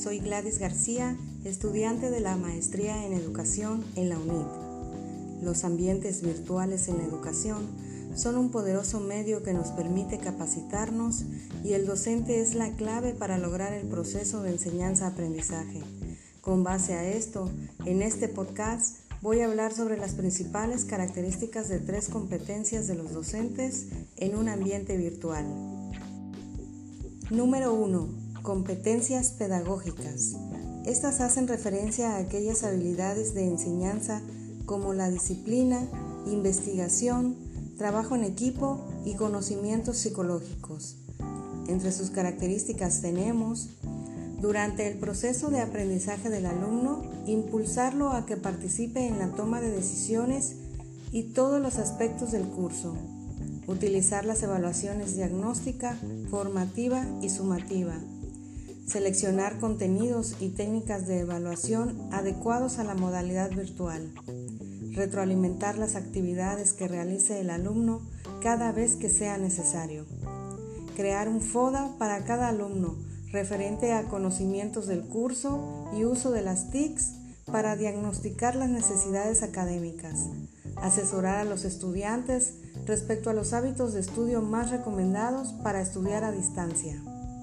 soy Gladys García, estudiante de la Maestría en Educación en la UNIT. Los ambientes virtuales en la educación son un poderoso medio que nos permite capacitarnos y el docente es la clave para lograr el proceso de enseñanza-aprendizaje. Con base a esto, en este podcast voy a hablar sobre las principales características de 3 competencias de los docentes en un ambiente virtual. Número 1. Competencias pedagógicas. Estas hacen referencia a aquellas habilidades de enseñanza como la disciplina, investigación, trabajo en equipo y conocimientos psicológicos. Entre sus características tenemos: durante el proceso de aprendizaje del alumno, impulsarlo a que participe en la toma de decisiones y todos los aspectos del curso. Utilizar las evaluaciones diagnóstica, formativa y sumativa. Seleccionar contenidos y técnicas de evaluación adecuados a la modalidad virtual. Retroalimentar las actividades que realice el alumno cada vez que sea necesario. Crear un FODA para cada alumno referente a conocimientos del curso y uso de las TICs para diagnosticar las necesidades académicas. Asesorar a los estudiantes respecto a los hábitos de estudio más recomendados para estudiar a distancia.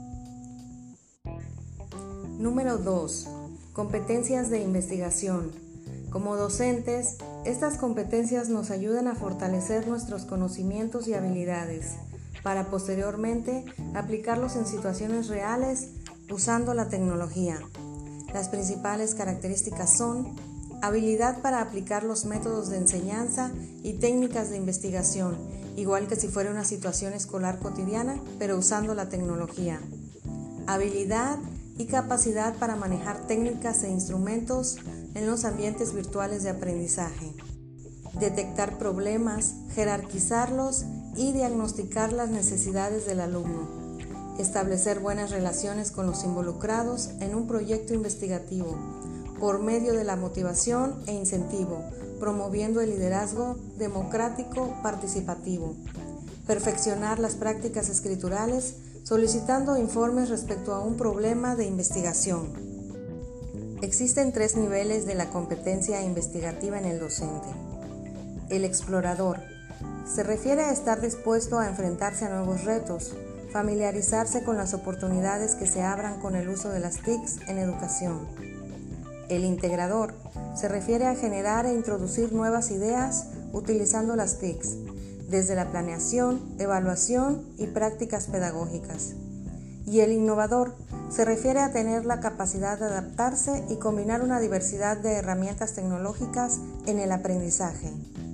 Número 2. Competencias de investigación. Como docentes, estas competencias nos ayudan a fortalecer nuestros conocimientos y habilidades para posteriormente aplicarlos en situaciones reales usando la tecnología. Las principales características son: habilidad para aplicar los métodos de enseñanza y técnicas de investigación, igual que si fuera una situación escolar cotidiana, pero usando la tecnología. Habilidad y capacidad para manejar técnicas e instrumentos en los ambientes virtuales de aprendizaje. Detectar problemas, jerarquizarlos y diagnosticar las necesidades del alumno. Establecer buenas relaciones con los involucrados en un proyecto investigativo por medio de la motivación e incentivo, promoviendo el liderazgo democrático participativo. Perfeccionar las prácticas escriturales, solicitando informes respecto a un problema de investigación. Existen 3 niveles de la competencia investigativa en el docente. El explorador se refiere a estar dispuesto a enfrentarse a nuevos retos, familiarizarse con las oportunidades que se abran con el uso de las TICs en educación. El integrador se refiere a generar e introducir nuevas ideas utilizando las TICs, desde la planeación, evaluación y prácticas pedagógicas. Y el innovador se refiere a tener la capacidad de adaptarse y combinar una diversidad de herramientas tecnológicas en el aprendizaje.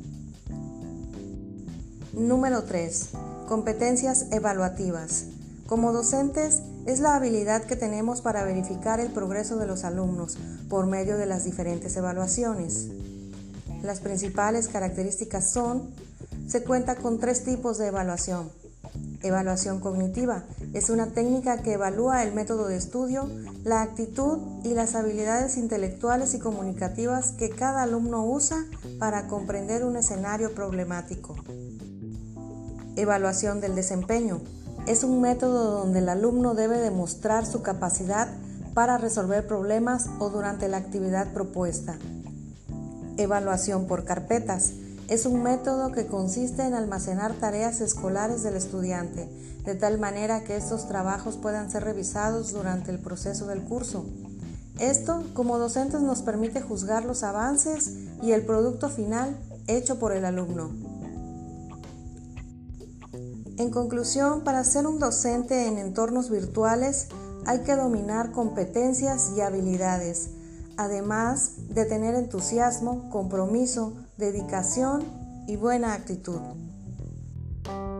Número 3. Competencias evaluativas. Como docentes, es la habilidad que tenemos para verificar el progreso de los alumnos por medio de las diferentes evaluaciones. Las principales características son: se cuenta con 3 tipos de evaluación. Evaluación cognitiva es una técnica que evalúa el método de estudio, la actitud y las habilidades intelectuales y comunicativas que cada alumno usa para comprender un escenario problemático. Evaluación del desempeño es un método donde el alumno debe demostrar su capacidad para resolver problemas o durante la actividad propuesta. Evaluación por carpetas es un método que consiste en almacenar tareas escolares del estudiante, de tal manera que estos trabajos puedan ser revisados durante el proceso del curso. Esto, como docentes, nos permite juzgar los avances y el producto final hecho por el alumno. En conclusión, para ser un docente en entornos virtuales hay que dominar competencias y habilidades, además de tener entusiasmo, compromiso, dedicación y buena actitud.